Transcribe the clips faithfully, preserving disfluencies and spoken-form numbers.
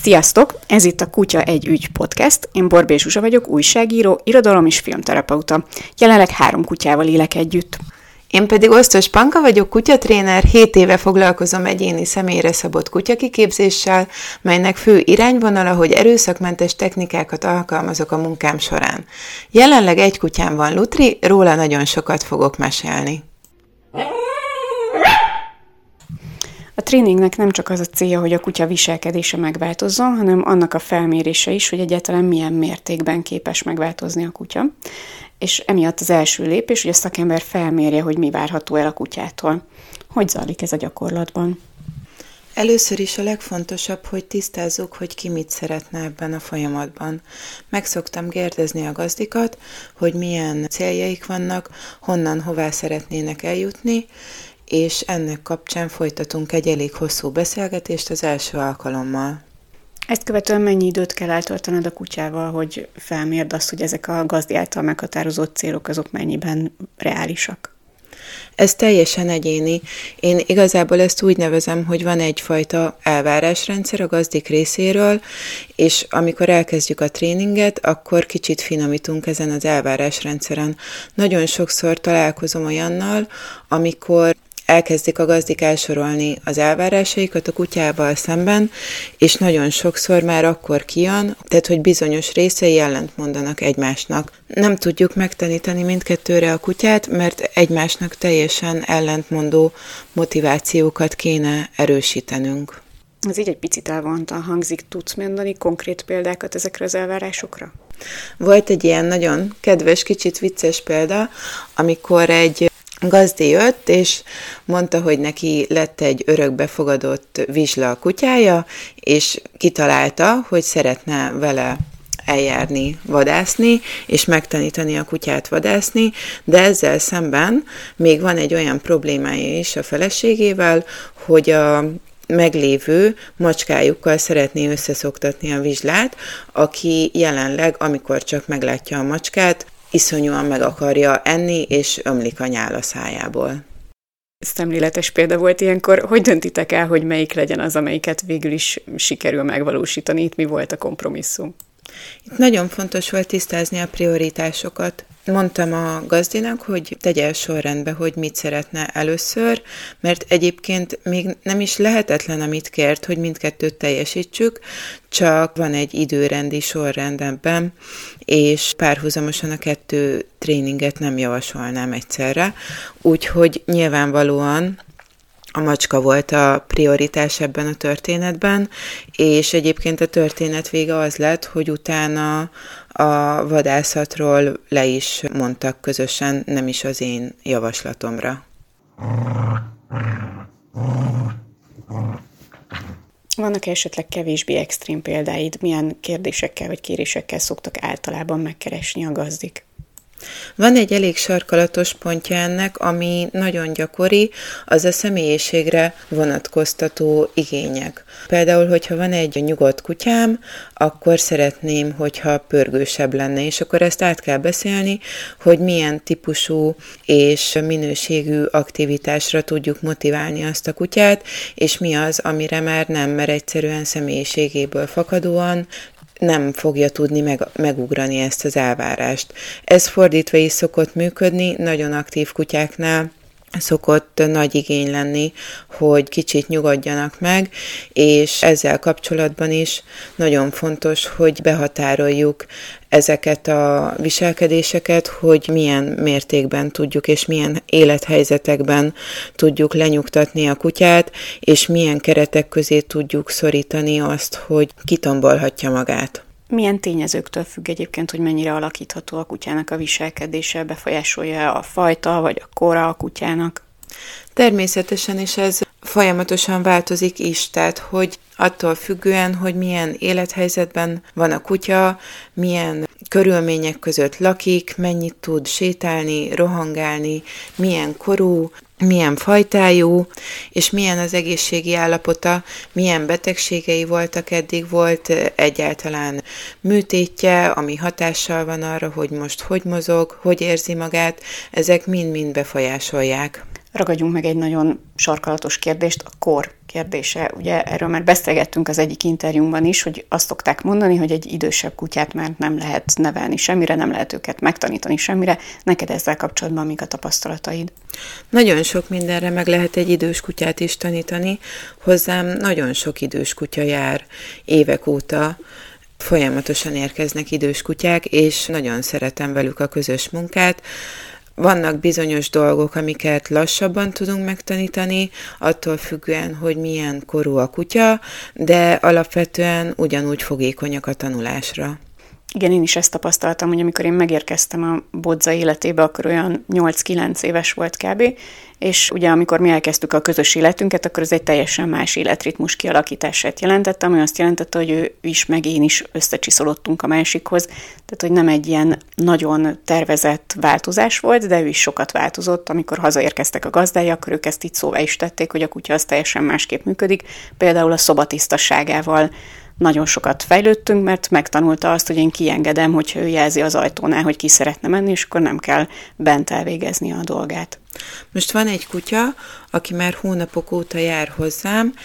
Sziasztok! Ez itt a Kutya egy ügy podcast. Én Borbély Zsuzsa vagyok, újságíró, irodalom- és filmterapeuta. Jelenleg három kutyával élek együtt. Én pedig Osztos Panka vagyok, kutyatréner, hét éve foglalkozom egyéni személyre szabott kutyakiképzéssel, melynek fő irányvonala, hogy erőszakmentes technikákat alkalmazok a munkám során. Jelenleg egy kutyám van, Lutri, róla nagyon sokat fogok mesélni. A tréningnek nem csak az a célja, hogy a kutya viselkedése megváltozzon, hanem annak a felmérése is, hogy egyáltalán milyen mértékben képes megváltozni a kutya. És emiatt az első lépés, hogy a szakember felmérje, hogy mi várható el a kutyától. Hogy zajlik ez a gyakorlatban? Először is a legfontosabb, hogy tisztázzuk, hogy ki mit szeretne ebben a folyamatban. Meg szoktam kérdezni a gazdikat, hogy milyen céljaik vannak, honnan, hová szeretnének eljutni, és ennek kapcsán folytatunk egy elég hosszú beszélgetést az első alkalommal. Ezt követően mennyi időt kell eltöltened a kutyával, hogy felmérd azt, hogy ezek a gazdi által meghatározott célok azok mennyiben reálisak? Ez teljesen egyéni. Én igazából ezt úgy nevezem, hogy van egyfajta elvárásrendszer a gazdik részéről, és amikor elkezdjük a tréninget, akkor kicsit finomítunk ezen az elvárásrendszeren. Nagyon sokszor találkozom olyannal, amikor elkezdik a gazdik elsorolni az elvárásaikat a kutyával szemben, és nagyon sokszor már akkor kijön, tehát hogy bizonyos részei ellent mondanak egymásnak. Nem tudjuk megtanítani mindkettőre a kutyát, mert egymásnak teljesen ellentmondó motivációkat kéne erősítenünk. Ez így egy picit elvontan hangzik. Tudsz mondani konkrét példákat ezekre az elvárásokra? Volt egy ilyen nagyon kedves, kicsit vicces példa, amikor egy gazdi jött, és mondta, hogy neki lett egy örökbefogadott vizsla a kutyája, és kitalálta, hogy szeretne vele eljárni, vadászni, és megtanítani a kutyát vadászni, de ezzel szemben még van egy olyan problémája is a feleségével, hogy a meglévő macskájukkal szeretné összeszoktatni a vizslát, aki jelenleg, amikor csak meglátja a macskát, iszonyúan meg akarja enni, és ömlik a nyál a szájából. Szemléletes példa volt ilyenkor. Hogy döntitek el, hogy melyik legyen az, amelyiket végül is sikerül megvalósítani? Itt mi volt a kompromisszum? Itt nagyon fontos volt tisztázni a prioritásokat. Mondtam a gazdinak, hogy tegye sorrendbe, hogy mit szeretne először, mert egyébként még nem is lehetetlen, amit kért, hogy mindkettőt teljesítsük, csak van egy időrendi sorrend ebben, és párhuzamosan a kettő tréninget nem javasolnám egyszerre. Úgyhogy nyilvánvalóan a macska volt a prioritás ebben a történetben, és egyébként a történet vége az lett, hogy utána a vadászatról le is mondtak közösen, nem is az én javaslatomra. Vannak esetleg kevésbé extrém példáid? Milyen kérdésekkel vagy kérésekkel szoktak általában megkeresni a gazdik? Van egy elég sarkalatos pontja ennek, ami nagyon gyakori, az a személyiségre vonatkoztató igények. Például, hogyha van egy nyugodt kutyám, akkor szeretném, hogyha pörgősebb lenne, és akkor ezt át kell beszélni, hogy milyen típusú és minőségű aktivitásra tudjuk motiválni azt a kutyát, és mi az, amire már nem, mert egyszerűen személyiségéből fakadóan nem fogja tudni meg, megugrani ezt az elvárást. Ez fordítva is szokott működni, nagyon aktív kutyáknál szokott nagy igény lenni, hogy kicsit nyugodjanak meg, és ezzel kapcsolatban is nagyon fontos, hogy behatároljuk ezeket a viselkedéseket, hogy milyen mértékben tudjuk, és milyen élethelyzetekben tudjuk lenyugtatni a kutyát, és milyen keretek közé tudjuk szorítani azt, hogy kitombolhatja magát. Milyen tényezőktől függ egyébként, hogy mennyire alakítható a kutyának a viselkedése, befolyásolja a fajta vagy a kora a kutyának? Természetesen, és ez folyamatosan változik is, tehát hogy attól függően, hogy milyen élethelyzetben van a kutya, milyen körülmények között lakik, mennyit tud sétálni, rohangálni, milyen korú, milyen fajtájú, és milyen az egészségi állapota, milyen betegségei voltak eddig, volt egyáltalán műtétje, ami hatással van arra, hogy most hogy mozog, hogy érzi magát, ezek mind-mind befolyásolják. Ragadjunk meg egy nagyon sarkalatos kérdést, a kor kérdése. Ugye erről már beszélgettünk az egyik interjúmban is, hogy azt szokták mondani, hogy egy idősebb kutyát már nem lehet nevelni semmire, nem lehet őket megtanítani semmire. Neked ezzel kapcsolatban mik a tapasztalataid? Nagyon sok mindenre meg lehet egy idős kutyát is tanítani. Hozzám nagyon sok idős kutya jár évek óta. Folyamatosan érkeznek idős kutyák, és nagyon szeretem velük a közös munkát. Vannak bizonyos dolgok, amiket lassabban tudunk megtanítani, attól függően, hogy milyen korú a kutya, de alapvetően ugyanúgy fogékonyak a tanulásra. Igen, én is ezt tapasztaltam, hogy amikor én megérkeztem a Bodza életébe, akkor olyan nyolc-kilenc éves volt kb. És ugye amikor mi elkezdtük a közös életünket, akkor ez egy teljesen más életritmus kialakítását jelentette, ami azt jelentette, hogy ő is, meg én is összecsiszolódtunk a másikhoz. Tehát, hogy nem egy ilyen nagyon tervezett változás volt, de ő is sokat változott. Amikor hazaérkeztek a gazdái, akkor ők ezt így szóvá is tették, hogy a kutya az teljesen másképp működik. Például a szobatisztaságával nagyon sokat fejlődtünk, mert megtanulta azt, hogy én kiengedem, hogyha ő jelzi az ajtónál, hogy ki szeretne menni, és akkor nem kell bent elvégezni a dolgát. Most van egy kutya, aki már hónapok óta jár hozzám,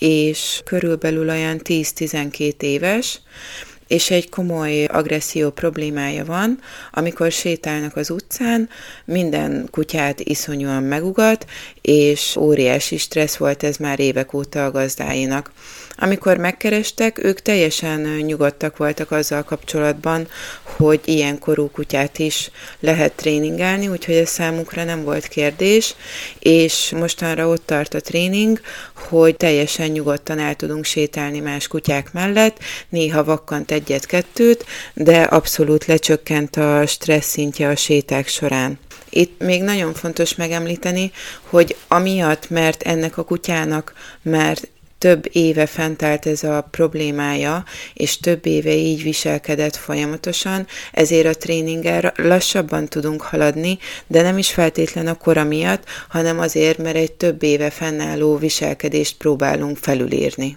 és körülbelül olyan tíz-tizenkét éves, és egy komoly agresszió problémája van, amikor sétálnak az utcán, minden kutyát iszonyúan megugat, és óriási stressz volt ez már évek óta a gazdáinak. Amikor megkerestek, ők teljesen nyugodtak voltak azzal kapcsolatban, hogy ilyen korú kutyát is lehet tréningelni, úgyhogy ez számukra nem volt kérdés, és mostanra ott tart a tréning, hogy teljesen nyugodtan el tudunk sétálni más kutyák mellett, néha vakkant egyet-kettőt, de abszolút lecsökkent a stressz szintje a séták során. Itt még nagyon fontos megemlíteni, hogy amiatt, mert ennek a kutyának már több éve fent állt ez a problémája, és több éve így viselkedett folyamatosan, ezért a tréninggel lassabban tudunk haladni, de nem is feltétlen a kora miatt, hanem azért, mert egy több éve fennálló viselkedést próbálunk felülírni.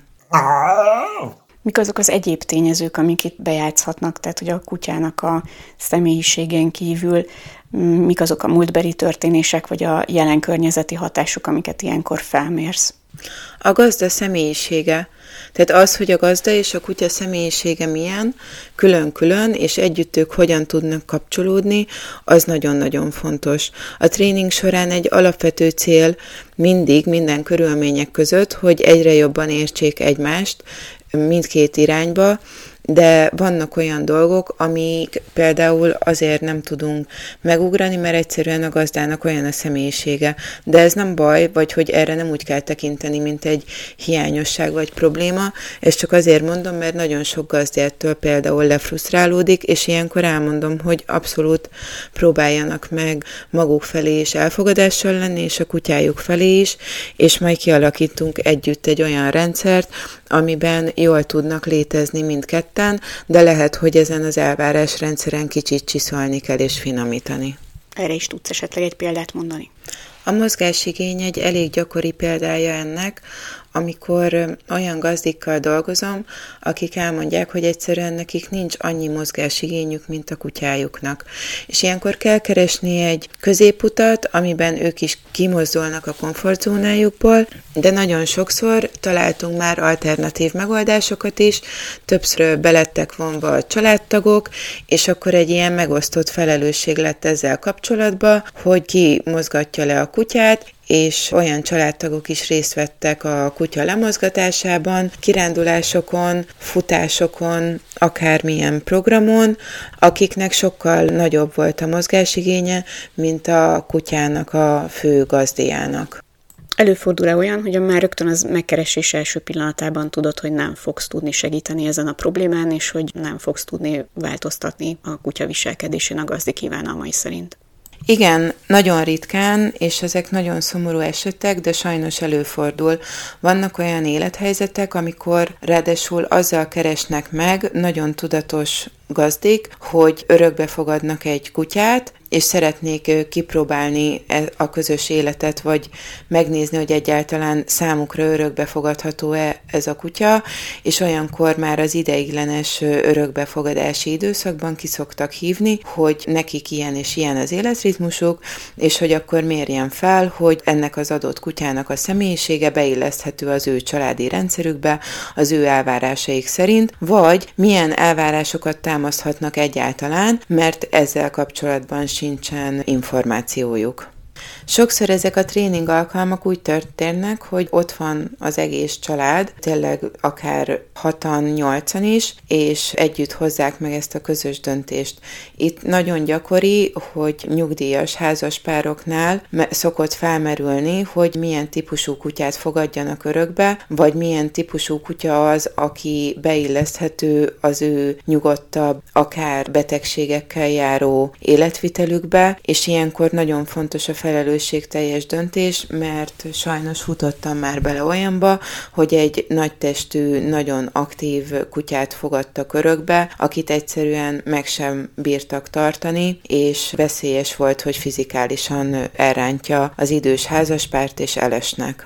Mik azok az egyéb tényezők, amik itt bejátszhatnak, tehát hogy a kutyának a személyiségén kívül mik azok a múltbeli történések, vagy a jelen környezeti hatások, amiket ilyenkor felmérsz? A gazda személyisége. Tehát az, hogy a gazda és a kutya személyisége milyen, külön-külön, és együtt ők hogyan tudnak kapcsolódni, az nagyon-nagyon fontos. A tréning során egy alapvető cél mindig, minden körülmények között, hogy egyre jobban értsék egymást mindkét irányba, de vannak olyan dolgok, amik például azért nem tudunk megugrani, mert egyszerűen a gazdának olyan a személyisége. De ez nem baj, vagy hogy erre nem úgy kell tekinteni, mint egy hiányosság vagy probléma. Ezt csak azért mondom, mert nagyon sok gazdától például lefrusztrálódik, és ilyenkor elmondom, hogy abszolút próbáljanak meg maguk felé is elfogadással lenni, és a kutyájuk felé is, és majd kialakítunk együtt egy olyan rendszert, amiben jól tudnak létezni mindketten, de lehet, hogy ezen az elvárásrendszeren kicsit csiszolni kell és finomítani. Erre is tudsz esetleg egy példát mondani? A mozgásigény egy elég gyakori példája ennek, amikor olyan gazdikkal dolgozom, akik elmondják, hogy egyszerűen nekik nincs annyi mozgásigényük, mint a kutyájuknak. És ilyenkor kell keresni egy középutat, amiben ők is kimozdulnak a komfortzónájukból, de nagyon sokszor találtunk már alternatív megoldásokat is, többször belettek vonva a családtagok, és akkor egy ilyen megosztott felelősség lett ezzel kapcsolatban, hogy ki mozgatja le a kutyát, és olyan családtagok is részt vettek a kutya lemozgatásában, kirándulásokon, futásokon, akármilyen programon, akiknek sokkal nagyobb volt a mozgásigénye, mint a kutyának a fő gazdiának. Előfordul-e olyan, hogy már rögtön az megkeresés első pillanatában tudod, hogy nem fogsz tudni segíteni ezen a problémán, és hogy nem fogsz tudni változtatni a kutya viselkedésén a gazdi kívánalmai szerint? Igen, nagyon ritkán, és ezek nagyon szomorú esetek, de sajnos előfordul. Vannak olyan élethelyzetek, amikor ráadásul azzal keresnek meg nagyon tudatos gazdik, hogy örökbe fogadnak egy kutyát, és szeretnék kipróbálni a közös életet, vagy megnézni, hogy egyáltalán számukra örökbefogadható-e ez a kutya, és olyankor már az ideiglenes örökbefogadási időszakban ki szoktak hívni, hogy nekik ilyen és ilyen az életritmusuk, és hogy akkor mérjen fel, hogy ennek az adott kutyának a személyisége beilleszthető az ő családi rendszerükbe, az ő elvárásaik szerint, vagy milyen elvárásokat támaszthatnak egyáltalán, mert ezzel kapcsolatban sincsen információjuk. Sokszor ezek a tréning alkalmak úgy történnek, hogy ott van az egész család, tényleg akár hatan, nyolcan is, és együtt hozzák meg ezt a közös döntést. Itt nagyon gyakori, hogy nyugdíjas házaspároknál szokott felmerülni, hogy milyen típusú kutyát fogadjanak örökbe, vagy milyen típusú kutya az, aki beilleszthető az ő nyugodtabb, akár betegségekkel járó életvitelükbe, és ilyenkor nagyon fontos a felelősségteljes döntés, mert sajnos futottam már bele olyanba, hogy egy nagy testű, nagyon aktív kutyát fogadtak örökbe, akit egyszerűen meg sem bírtak tartani, és veszélyes volt, hogy fizikálisan elrántja az idős házaspárt, és elesnek.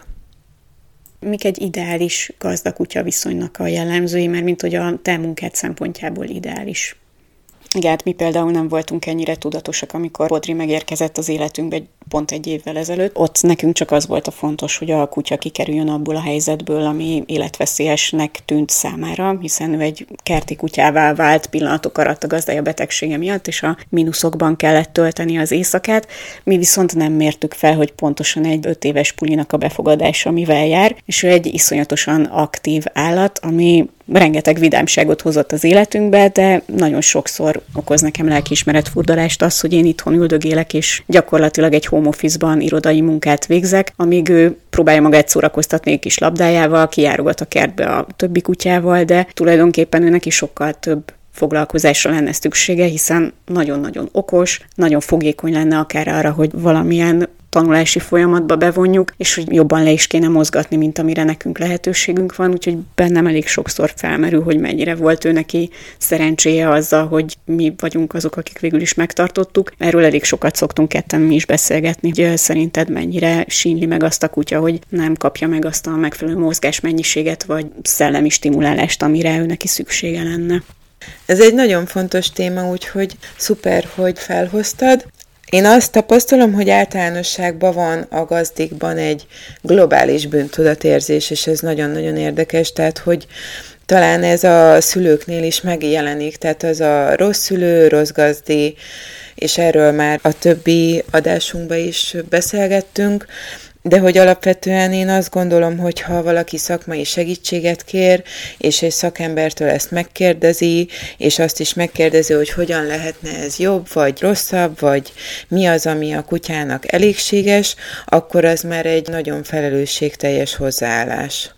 Mik egy ideális gazdakutya viszonynak a jellemzői, mert mint hogy a te munkád szempontjából ideális? Igen, hát mi például nem voltunk ennyire tudatosak, amikor Bodri megérkezett az életünkbe pont egy évvel ezelőtt. Ott nekünk csak az volt a fontos, hogy a kutya kikerüljön abból a helyzetből, ami életveszélyesnek tűnt számára, hiszen ő egy kerti kutyává vált pillanatok alatt a gazdája betegsége miatt, és a mínuszokban kellett tölteni az éjszakát. Mi viszont nem mértük fel, hogy pontosan egy öt éves pulinak a befogadása mivel jár, és ő egy iszonyatosan aktív állat, ami rengeteg vidámságot hozott az életünkbe, de nagyon sokszor okoz nekem lelkiismeretfurdalást az, hogy én itthon üldögélek, és gyakorlatilag egy home office-ban irodai munkát végzek, amíg ő próbálja magát szórakoztatni egy kis labdájával, kijárogat a kertbe a többi kutyával, de tulajdonképpen ő neki sokkal több foglalkozásra lenne szüksége, hiszen nagyon-nagyon okos, nagyon fogékony lenne akár arra, hogy valamilyen tanulási folyamatba bevonjuk, és hogy jobban le is kéne mozgatni, mint amire nekünk lehetőségünk van, úgyhogy bennem elég sokszor felmerül, hogy mennyire volt ő neki szerencséje azzal, hogy mi vagyunk azok, akik végül is megtartottuk. Erről elég sokat szoktunk ketten mi is beszélgetni, hogy szerinted mennyire sínli meg azt a kutya, hogy nem kapja meg azt a megfelelő mozgásmennyiséget, vagy szellemi stimulálást, amire ő neki szüksége lenne. Ez egy nagyon fontos téma, úgyhogy szuper, hogy felhoztad. Én azt tapasztalom, hogy általánosságban van a gazdikban egy globális bűntudatérzés, és ez nagyon-nagyon érdekes, tehát hogy talán ez a szülőknél is megjelenik, tehát az a rossz szülő, rossz gazdi, és erről már a többi adásunkban is beszélgettünk, de hogy alapvetően én azt gondolom, hogy ha valaki szakmai segítséget kér, és egy szakembertől ezt megkérdezi, és azt is megkérdezi, hogy hogyan lehetne ez jobb, vagy rosszabb, vagy mi az, ami a kutyának elégséges, akkor az már egy nagyon felelősségteljes hozzáállás.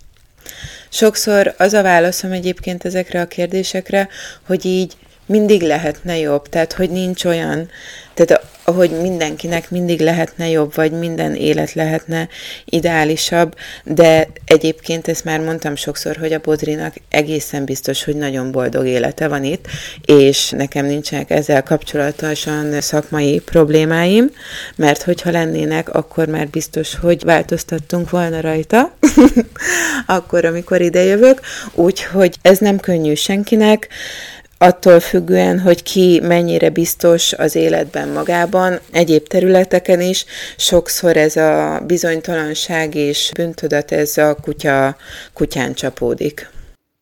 Sokszor az a válaszom egyébként ezekre a kérdésekre, hogy így mindig lehetne jobb, tehát hogy nincs olyan, tehát ahogy mindenkinek mindig lehetne jobb, vagy minden élet lehetne ideálisabb, de egyébként ezt már mondtam sokszor, hogy a Bodrinak egészen biztos, hogy nagyon boldog élete van itt, és nekem nincsenek ezzel kapcsolatosan szakmai problémáim, mert hogyha lennének, akkor már biztos, hogy változtattunk volna rajta, akkor, amikor idejövök, úgyhogy ez nem könnyű senkinek, attól függően, hogy ki mennyire biztos az életben magában, egyéb területeken is, sokszor ez a bizonytalanság és bűntudat, ez a kutya, kutyán csapódik.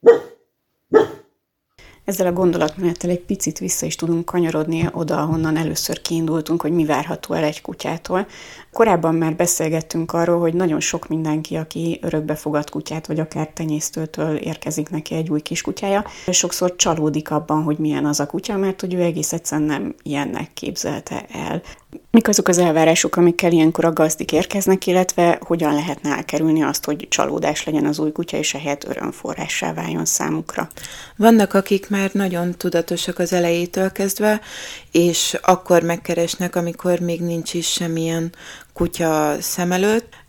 Ezzel a gondolatmenettel egy picit vissza is tudunk kanyarodni oda, ahonnan először kiindultunk, hogy mi várható el egy kutyától. Korábban már beszélgettünk arról, hogy nagyon sok mindenki, aki örökbefogad kutyát, vagy akár tenyésztőtől érkezik neki egy új kiskutyája, sokszor csalódik abban, hogy milyen az a kutya, mert hogy ő egész egyszerűen nem ilyennek képzelte el. Mik azok az elvárások, amikkel ilyenkor a gazdik érkeznek, illetve hogyan lehetne elkerülni azt, hogy csalódás legyen az új kutya, és ehelyett örömforrássá váljon számukra? Vannak, akik már nagyon tudatosak az elejétől kezdve, és akkor megkeresnek, amikor még nincs is semmilyen kutya szem előtt,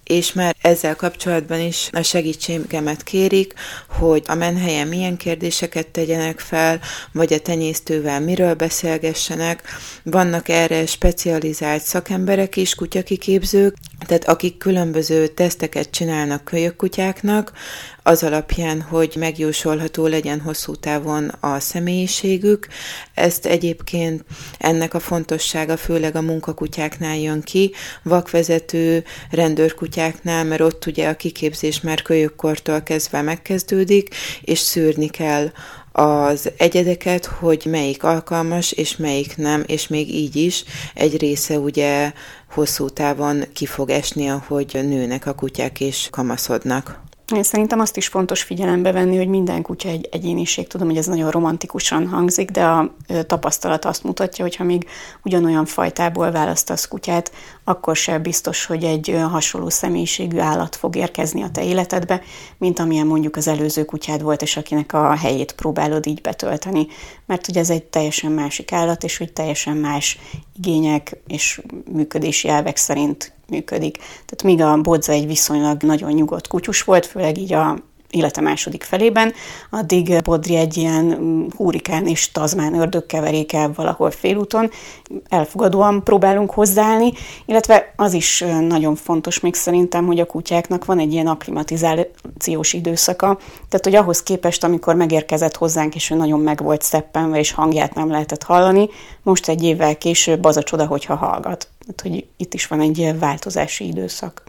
és már ezzel kapcsolatban is a segítségemet kérik, hogy a menhelyen milyen kérdéseket tegyenek fel, vagy a tenyésztővel miről beszélgessenek. Vannak erre specializált szakemberek is, kutyakiképzők, tehát akik különböző teszteket csinálnak kölyökkutyáknak, az alapján, hogy megjósolható legyen hosszú távon a személyiségük. Ezt egyébként ennek a fontossága főleg a munkakutyáknál jön ki, vakvezető rendőrkutyáknál, mert ott ugye a kiképzés már kölyökkortól kezdve megkezdődik, és szűrni kell az egyedeket, hogy melyik alkalmas, és melyik nem, és még így is egy része ugye hosszú távon ki fog esni, ahogy nőnek a kutyák és kamaszodnak. Én szerintem azt is fontos figyelembe venni, hogy minden kutya egy egyéniség. Tudom, hogy ez nagyon romantikusan hangzik, de a tapasztalat azt mutatja, hogy ha még ugyanolyan fajtából választasz kutyát, akkor sem biztos, hogy egy hasonló személyiségű állat fog érkezni a te életedbe, mint amilyen mondjuk az előző kutyád volt, és akinek a helyét próbálod így betölteni. Mert ugye ez egy teljesen másik állat, és hogy teljesen más igények és működési elvek szerint működik. Tehát míg a Bodza egy viszonylag nagyon nyugodt kutyus volt, főleg így a élete második felében, addig Bodri egy ilyen hurrikán és tazmán ördögkeveréke valahol félúton. Elfogadóan próbálunk hozzáállni, illetve az is nagyon fontos még szerintem, hogy a kutyáknak van egy ilyen akklimatizációs időszaka, tehát hogy ahhoz képest, amikor megérkezett hozzánk, és ő nagyon meg volt szeppenve, és hangját nem lehetett hallani, most egy évvel később az a csoda, hogyha hallgat. Tehát, hogy itt is van egy ilyen változási időszak.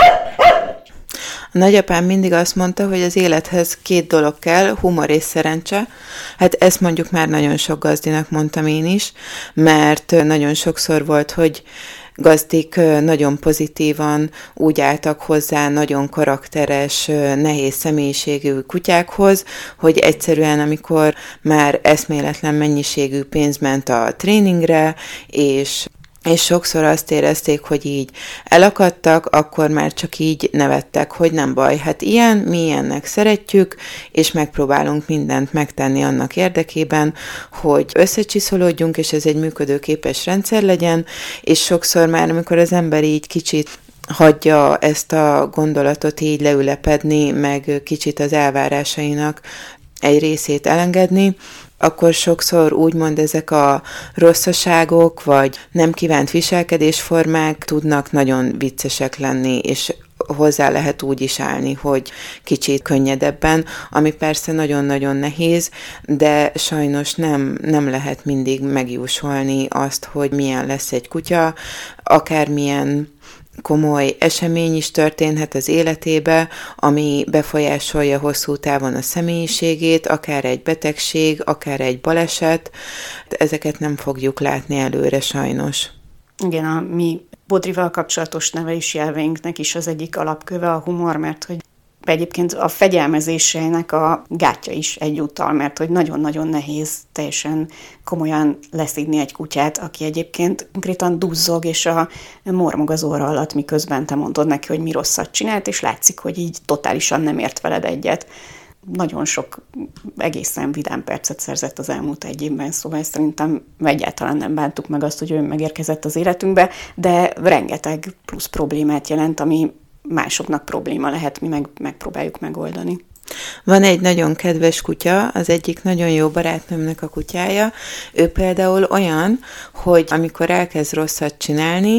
A nagyapám mindig azt mondta, hogy az élethez két dolog kell, humor és szerencse. Hát ezt mondjuk már nagyon sok gazdinak mondtam én is, mert nagyon sokszor volt, hogy gazdik nagyon pozitívan úgy álltak hozzá nagyon karakteres, nehéz személyiségű kutyákhoz, hogy egyszerűen amikor már eszméletlen mennyiségű pénz ment a tréningre, és és sokszor azt érezték, hogy így elakadtak, akkor már csak így nevettek, hogy nem baj, hát ilyen, mi ilyennek szeretjük, és megpróbálunk mindent megtenni annak érdekében, hogy összecsiszolódjunk, és ez egy működőképes rendszer legyen, és sokszor már, amikor az ember így kicsit hagyja ezt a gondolatot így leülepedni, meg kicsit az elvárásainak egy részét elengedni, akkor sokszor úgymond ezek a rosszaságok, vagy nem kívánt viselkedésformák tudnak nagyon viccesek lenni, és hozzá lehet úgy is állni, hogy kicsit könnyedebben, ami persze nagyon-nagyon nehéz, de sajnos nem, nem lehet mindig megjósolni azt, hogy milyen lesz egy kutya, akármilyen komoly esemény is történhet az életébe, ami befolyásolja hosszú távon a személyiségét, akár egy betegség, akár egy baleset. Ezeket nem fogjuk látni előre sajnos. Igen, a mi Bodrival kapcsolatos nevelési elveinknek is az egyik alapköve a humor, mert hogy egyébként a fegyelmezésének a gátja is egyúttal, mert hogy nagyon-nagyon nehéz teljesen komolyan leszidni egy kutyát, aki egyébként konkrétan duzzog, és a mormog az óra alatt, miközben te mondod neki, hogy mi rosszat csinált, és látszik, hogy így totálisan nem ért veled egyet. Nagyon sok egészen vidám percet szerzett az elmúlt egy évben, szóval szerintem egyáltalán nem bántuk meg azt, hogy ő megérkezett az életünkbe, de rengeteg plusz problémát jelent, ami másoknak probléma lehet, mi meg megpróbáljuk megoldani. Van egy nagyon kedves kutya, az egyik nagyon jó barátnőmnek a kutyája. Ő például olyan, hogy amikor elkezd rosszat csinálni,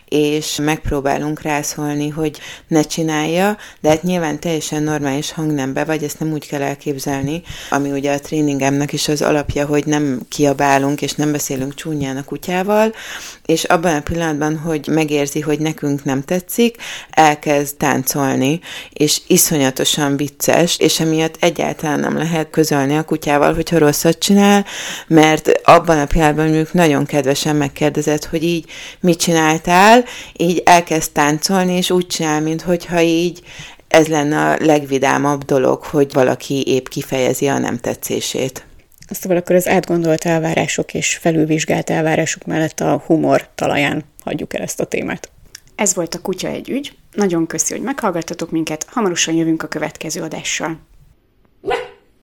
és megpróbálunk rászólni, hogy ne csinálja, de hát nyilván teljesen normális hangnembe, vagy ezt nem úgy kell elképzelni, ami ugye a tréningemnek is az alapja, hogy nem kiabálunk, és nem beszélünk csúnyán a kutyával, és abban a pillanatban, hogy megérzi, hogy nekünk nem tetszik, elkezd táncolni, és iszonyatosan vicces, és emiatt egyáltalán nem lehet közölni a kutyával, hogyha rosszat csinál, mert abban a pillanatban mondjuk nagyon kedvesen megkérdezett, hogy így mit csináltál, így elkezd táncolni, és úgy csinál, minthogyha így ez lenne a legvidámabb dolog, hogy valaki épp kifejezi a nem tetszését. Szóval akkor az átgondolt elvárások és felülvizsgált elvárások mellett a humor talaján hagyjuk el ezt a témát. Ez volt a Kutya egy ügy. Nagyon köszi, hogy meghallgattatok minket, hamarosan jövünk a következő adással.